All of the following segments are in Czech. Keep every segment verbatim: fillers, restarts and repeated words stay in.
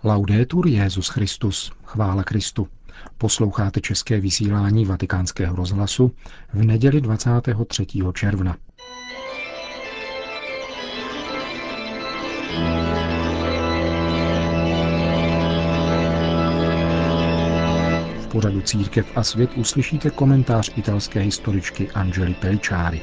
Laudetur Jesus Christus, chvála Kristu. Posloucháte české vysílání Vatikánského rozhlasu v neděli dvacátého třetího června. V pořadu Církev a svět uslyšíte komentář italské historičky Angely Pellicciari.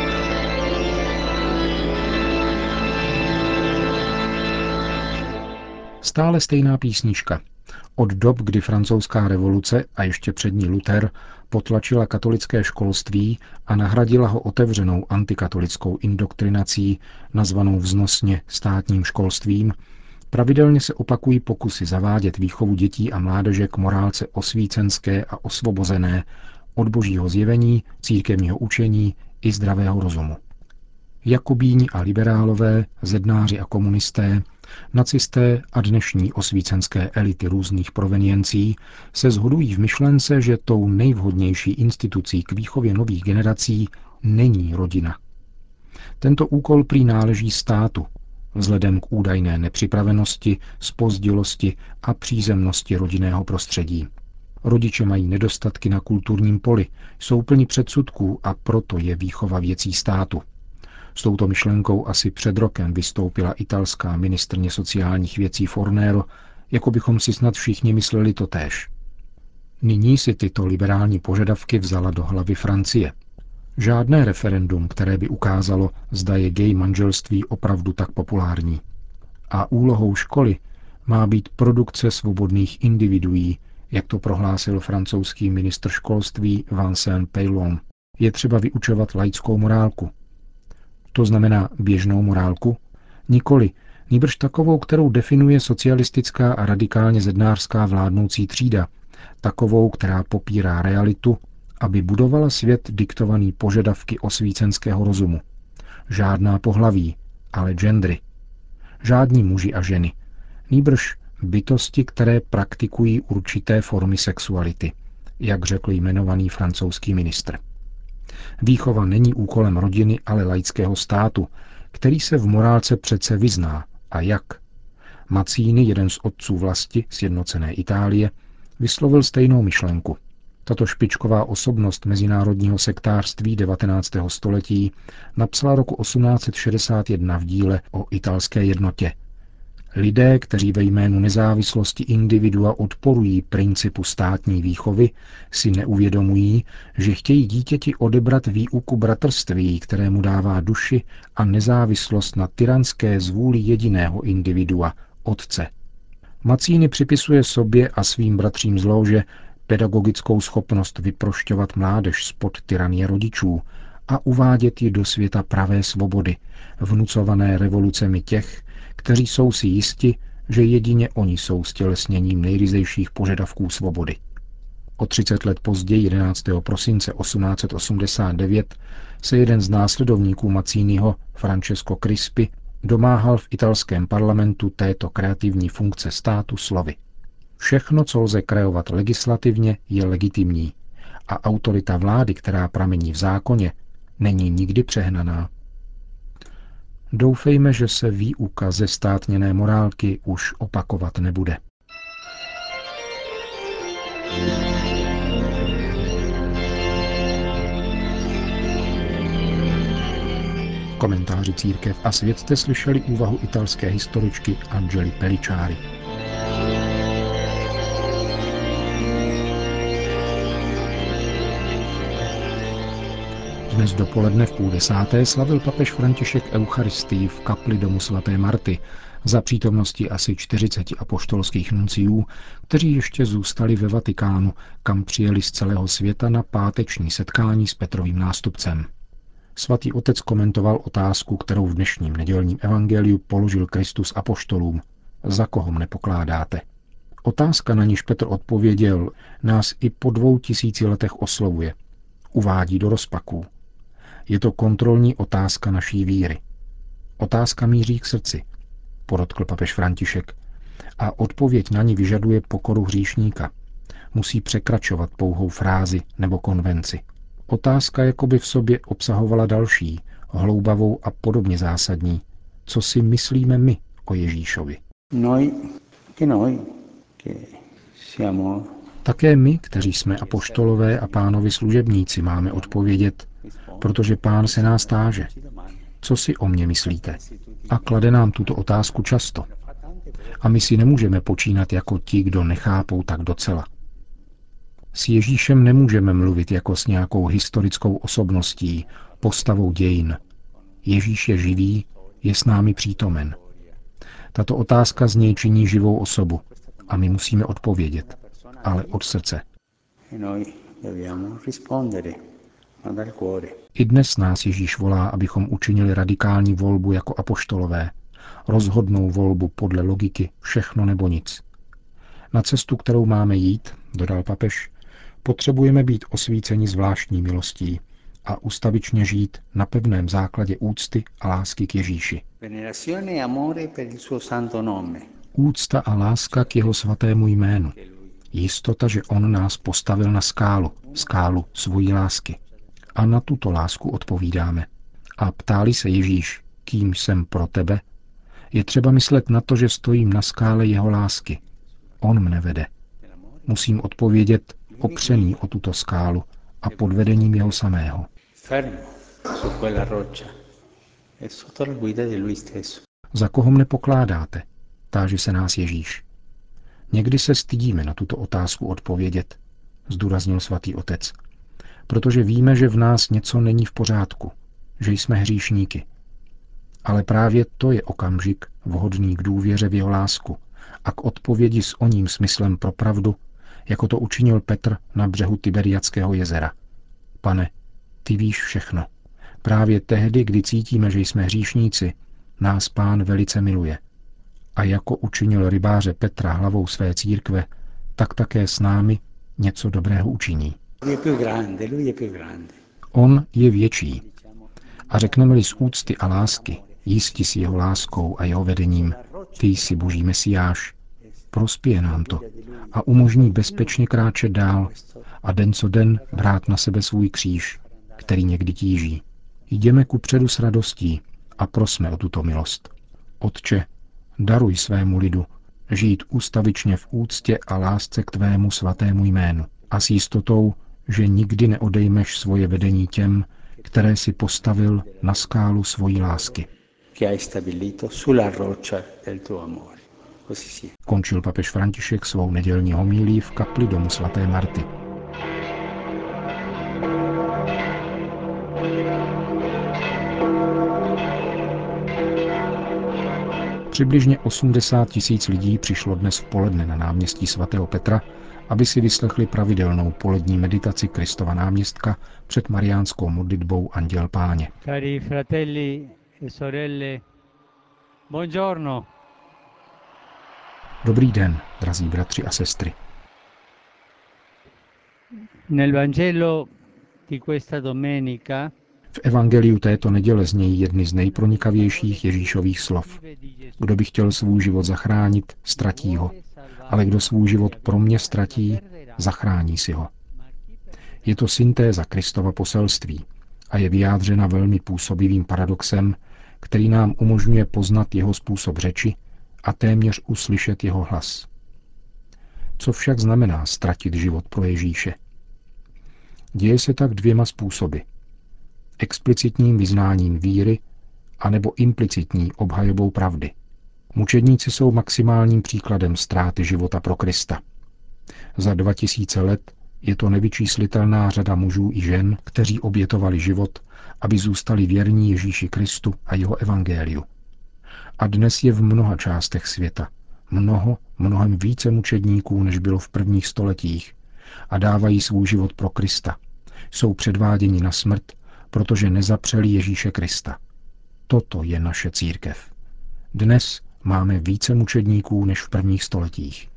Stále stejná písnička. Od dob, kdy francouzská revoluce a ještě před ní Luther potlačila katolické školství a nahradila ho otevřenou antikatolickou indoktrinací, nazvanou vznosně státním školstvím, pravidelně se opakují pokusy zavádět výchovu dětí a mládeže k morálce osvícenské a osvobozené od božího zjevení, církevního učení i zdravého rozumu. Jakobíni a liberálové, zednáři a komunisté, nacisté a dnešní osvícenské elity různých proveniencí se shodují v myšlence, že tou nejvhodnější institucí k výchově nových generací není rodina. Tento úkol prý náleží státu, vzhledem k údajné nepřipravenosti, zpozdilosti a přízemnosti rodinného prostředí. Rodiče mají nedostatky na kulturním poli, jsou plni předsudků a proto je výchova věcí státu. S touto myšlenkou asi před rokem vystoupila italská ministryně sociálních věcí Fornero, jako bychom si snad všichni mysleli totéž. Nyní si tyto liberální požadavky vzala do hlavy Francie. Žádné referendum, které by ukázalo, zda je gay manželství opravdu tak populární. A úlohou školy má být produkce svobodných individuí, jak to prohlásil francouzský ministr školství Vincent Peillon. Je třeba vyučovat laickou morálku. To znamená běžnou morálku? Nikoli, nýbrž takovou, kterou definuje socialistická a radikálně zednářská vládnoucí třída, takovou, která popírá realitu, aby budovala svět diktovaný požadavky osvícenského rozumu. Žádná pohlaví, ale gendry. Žádní muži a ženy, nýbrž bytosti, které praktikují určité formy sexuality, jak řekl jmenovaný francouzský ministr. Výchova není úkolem rodiny, ale laického státu, který se v morálce přece vyzná. A jak? Mazzini, jeden z otců vlasti sjednocené Itálie, vyslovil stejnou myšlenku. Tato špičková osobnost mezinárodního sektářství devatenáctého století napsala roku osmnáct set šedesát jedna v díle o italské jednotě. Lidé, kteří ve jménu nezávislosti individua odporují principu státní výchovy, si neuvědomují, že chtějí dítěti odebrat výuku bratrství, které mu dává duši a nezávislost na tyranské zvůli jediného individua, otce. Mazzini připisuje sobě a svým bratřím z lóže pedagogickou schopnost vyprošťovat mládež spod tyranie rodičů a uvádět ji do světa pravé svobody, vnucované revolucemi těch, kteří jsou si jisti, že jedině oni jsou stělesněním nejryzejších požadavků svobody. O třicet let později, jedenáctého prosince osmnáct set osmdesát devět, se jeden z následovníků Mazziniho, Francesco Crispi, domáhal v italském parlamentu této kreativní funkce státu slovy. Všechno, co lze kreovat legislativně, je legitimní a autorita vlády, která pramení v zákoně, není nikdy přehnaná. Doufejme, že se výuka ze státněné morálky už opakovat nebude. V komentáři Církev a svět jste slyšeli úvahu italské historičky Angely Pellicciari. Dnes dopoledne v půl desáté slavil papež František Eucharistii v kapli domu svaté Marty za přítomnosti asi čtyřiceti apoštolských nunciů, kteří ještě zůstali ve Vatikánu, kam přijeli z celého světa na páteční setkání s Petrovým nástupcem. Svatý otec komentoval otázku, kterou v dnešním nedělním evangeliu položil Kristus apoštolům. Za koho mne pokládáte? Otázka, na níž Petr odpověděl, nás i po dvou tisíci letech oslovuje. Uvádí do rozpaků. Je to kontrolní otázka naší víry. Otázka míří k srdci, podotkl papež František, a odpověď na ní vyžaduje pokoru hříšníka. Musí překračovat pouhou frázi nebo konvenci. Otázka jakoby v sobě obsahovala další, hloubavou a podobně zásadní. Co si myslíme my o Ježíšovi? Noi Také my, kteří jsme apoštolové a Pánovi služebníci, máme odpovědět, protože Pán se nás táže. Co si o mě myslíte? A klade nám tuto otázku často. A my si nemůžeme počínat jako ti, kdo nechápou tak docela. S Ježíšem nemůžeme mluvit jako s nějakou historickou osobností, postavou dějin. Ježíš je živý, je s námi přítomen. Tato otázka z něj činí živou osobu a my musíme odpovědět, ale od srdce. I dnes nás Ježíš volá, abychom učinili radikální volbu jako apoštolové, rozhodnou volbu podle logiky všechno nebo nic. Na cestu, kterou máme jít, dodal papež, potřebujeme být osvíceni zvláštní milostí a ustavičně žít na pevném základě úcty a lásky k Ježíši. Úcta a láska k jeho svatému jménu. Jistota, že on nás postavil na skálu, skálu svojí lásky. A na tuto lásku odpovídáme. A ptá-li se Ježíš, kým jsem pro tebe, je třeba myslet na to, že stojím na skále jeho lásky. On mne vede. Musím odpovědět opřený o tuto skálu a pod vedením jeho samého. Za koho mne pokládáte? Táže se nás Ježíš. Někdy se stydíme na tuto otázku odpovědět, zdůraznil svatý otec, protože víme, že v nás něco není v pořádku, že jsme hříšníky. Ale právě to je okamžik vhodný k důvěře v jeho lásku a k odpovědi s oním smyslem pro pravdu, jako to učinil Petr na břehu Tiberiadského jezera. Pane, ty víš všechno. Právě tehdy, kdy cítíme, že jsme hříšníci, nás Pán velice miluje. A jako učinil rybáře Petra hlavou své církve, tak také s námi něco dobrého učiní. On je větší. A řekneme-li z úcty a lásky, jisti s jeho láskou a jeho vedením, ty jsi Boží Mesiáš, prospěje nám to a umožní bezpečně kráčet dál a den co den brát na sebe svůj kříž, který někdy tíží. Jdeme kupředu s radostí a prosme o tuto milost. Otče, daruj svému lidu žít ústavičně v úctě a lásce k tvému svatému jménu a s jistotou, že nikdy neodejmeš svoje vedení těm, které si postavil na skálu svojí lásky. Končil papež František svou nedělní homílii v kapli domu svaté Marty. Přibližně osmdesát tisíc lidí přišlo dnes v poledne na náměstí svatého Petra, aby si vyslechli pravidelnou polední meditaci Kristova náměstka před mariánskou modlitbou Anděl Páně. Cari fratelli e sorelle, buongiorno. Dobrý den, drazí bratři a sestry. Nel Vangelo di questa domenica v evangeliu této neděle znějí jedny z nejpronikavějších Ježíšových slov. Kdo by chtěl svůj život zachránit, ztratí ho, ale kdo svůj život pro mě ztratí, zachrání si ho. Je to syntéza Kristova poselství a je vyjádřena velmi působivým paradoxem, který nám umožňuje poznat jeho způsob řeči a téměř uslyšet jeho hlas. Co však znamená ztratit život pro Ježíše? Děje se tak dvěma způsoby. Explicitním vyznáním víry anebo implicitní obhajobou pravdy. Mučedníci jsou maximálním příkladem ztráty života pro Krista. Za dva tisíce let je to nevyčíslitelná řada mužů i žen, kteří obětovali život, aby zůstali věrní Ježíši Kristu a jeho evangeliu. A dnes je v mnoha částech světa mnoho, mnohem více mučedníků, než bylo v prvních stoletích, a dávají svůj život pro Krista. Jsou předváděni na smrt, protože nezapřeli Ježíše Krista. Toto je naše církev. Dnes máme více mučedníků než v prvních stoletích.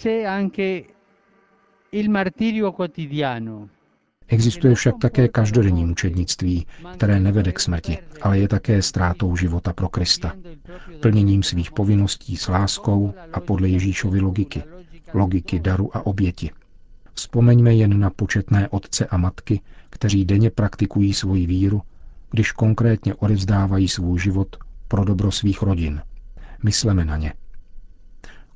Existuje však také každodenní mučednictví, které nevede k smrti, ale je také ztrátou života pro Krista, plněním svých povinností s láskou a podle Ježíšovy logiky, logiky daru a oběti. Vzpomeňme jen na početné otce a matky, kteří denně praktikují svoji víru, když konkrétně odevzdávají svůj život pro dobro svých rodin. Mysleme na ně.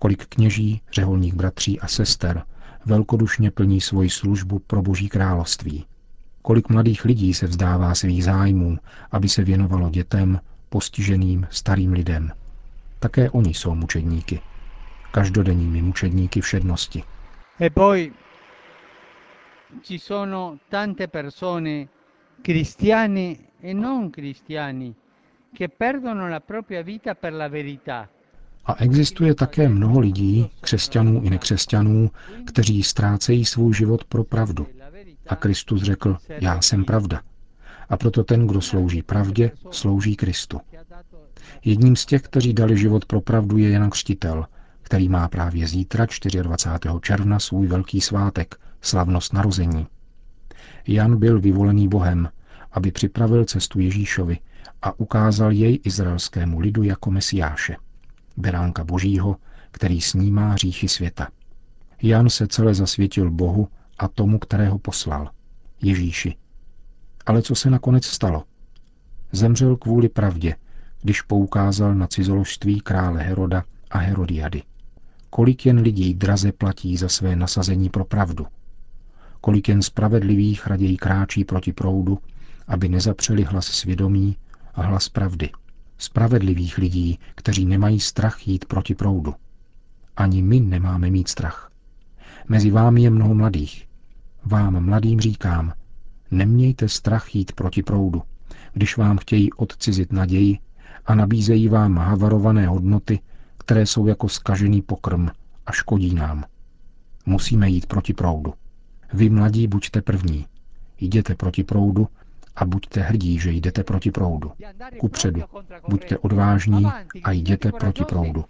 Kolik kněží, řeholních bratří a sester velkodušně plní svoji službu pro Boží království. Kolik mladých lidí se vzdává svých zájmů, aby se věnovalo dětem, postiženým, starým lidem. Také oni jsou mučedníky. Každodenními mučedníky všednosti. E poi ci sono tante persone, cristiani e non cristiani, che perdono la propria vita per la verità. A existuje také mnoho lidí, křesťanů i nekřesťanů, kteří ztrácejí svůj život pro pravdu. A Kristus řekl, já jsem pravda. A proto ten, kdo slouží pravdě, slouží Kristu. Jedním z těch, kteří dali život pro pravdu, je Jan Křtitel, který má právě zítra, dvacátého čtvrtého června, svůj velký svátek, slavnost narození. Jan byl vyvolený Bohem, aby připravil cestu Ježíšovi a ukázal jej izraelskému lidu jako Mesiáše, beránka Božího, který snímá hříchy světa. Jan se celé zasvětil Bohu a tomu, kterého poslal, Ježíši. Ale co se nakonec stalo? Zemřel kvůli pravdě, když poukázal na cizoložství krále Heroda a Herodiady. Kolik jen lidí draze platí za své nasazení pro pravdu. Kolik jen spravedlivých raději kráčí proti proudu, aby nezapřeli hlas svědomí a hlas pravdy. Spravedlivých lidí, kteří nemají strach jít proti proudu. Ani my nemáme mít strach. Mezi vámi je mnoho mladých. Vám mladým říkám, nemějte strach jít proti proudu, když vám chtějí odcizit naději a nabízejí vám havarované hodnoty, které jsou jako zkažený pokrm a škodí nám. Musíme jít proti proudu. Vy mladí buďte první. Jděte proti proudu a buďte hrdí, že jdete proti proudu. Kupředu. Buďte odvážní a jděte proti proudu.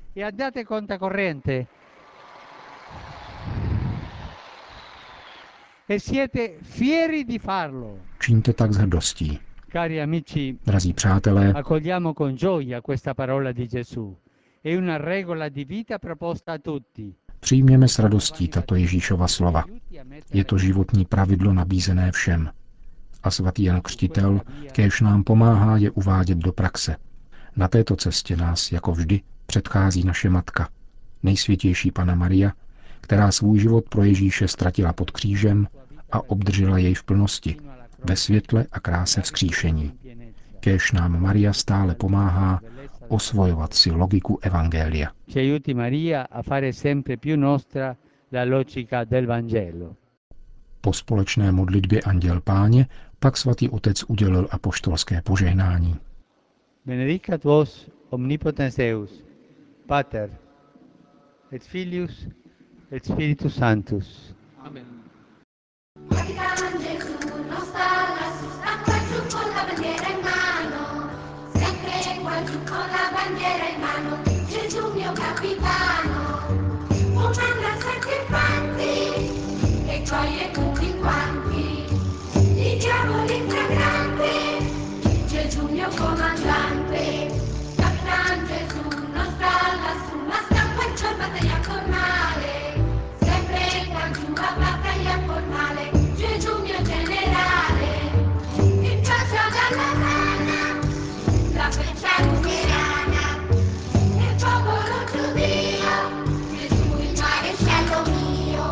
Čiňte tak s hrdostí. Drazí přátelé, accogliamo con gioia questa parola di Gesù. È una regola di vita proposta a tutti. Přijměme s radostí tato Ježíšova slova. Je to životní pravidlo nabízené všem. A svatý Jan Křtitel kéž nám pomáhá je uvádět do praxe. Na této cestě nás, jako vždy, předchází naše matka, nejsvětější Panna Maria, která svůj život pro Ježíše ztratila pod křížem a obdržela jej v plnosti, ve světle a kráse vzkříšení. Kéž nám Maria stále pomáhá osvojovat si logiku evangelia. Ci aiuti Maria a fare sempre più nostra la logica del Vangelo. Po společné modlitbě Anděl Páně pak svatý otec udělil apoštolské požehnání. Benedicat vos omnipotens Deus, Pater, et Filius, et Spiritus Sanctus. Amen. Capitan Gesù non sta lassù, sta qua giù con la bandiera in mano, sempre qua giù con la bandiera in mano, Gesù mio capitano, un andarsene infatti, e gioie tutti quanti, i diavoli fragranti, Gesù mio comandante, Capitan Gesù non sta lassù, ma sta qua giù a battaglia col male, sempre qua giù a battaglia col male. Gesù mio generale, in faccia dalla rana, la freccia luterana, il popolo giudio, Gesù il maresciallo mio.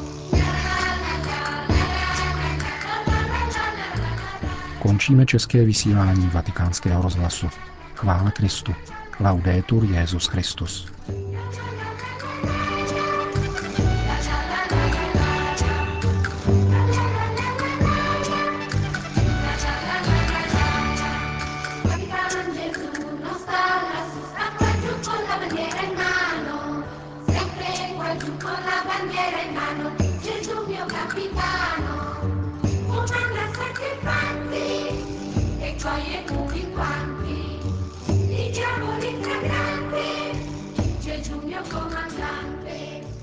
Končíme české vysílání Vatikánského rozhlasu. Chvála Kristu. Laudetur Jesus Christus. Gioie tutti quanti, i diavoli fragranti, Gesù mio comandante.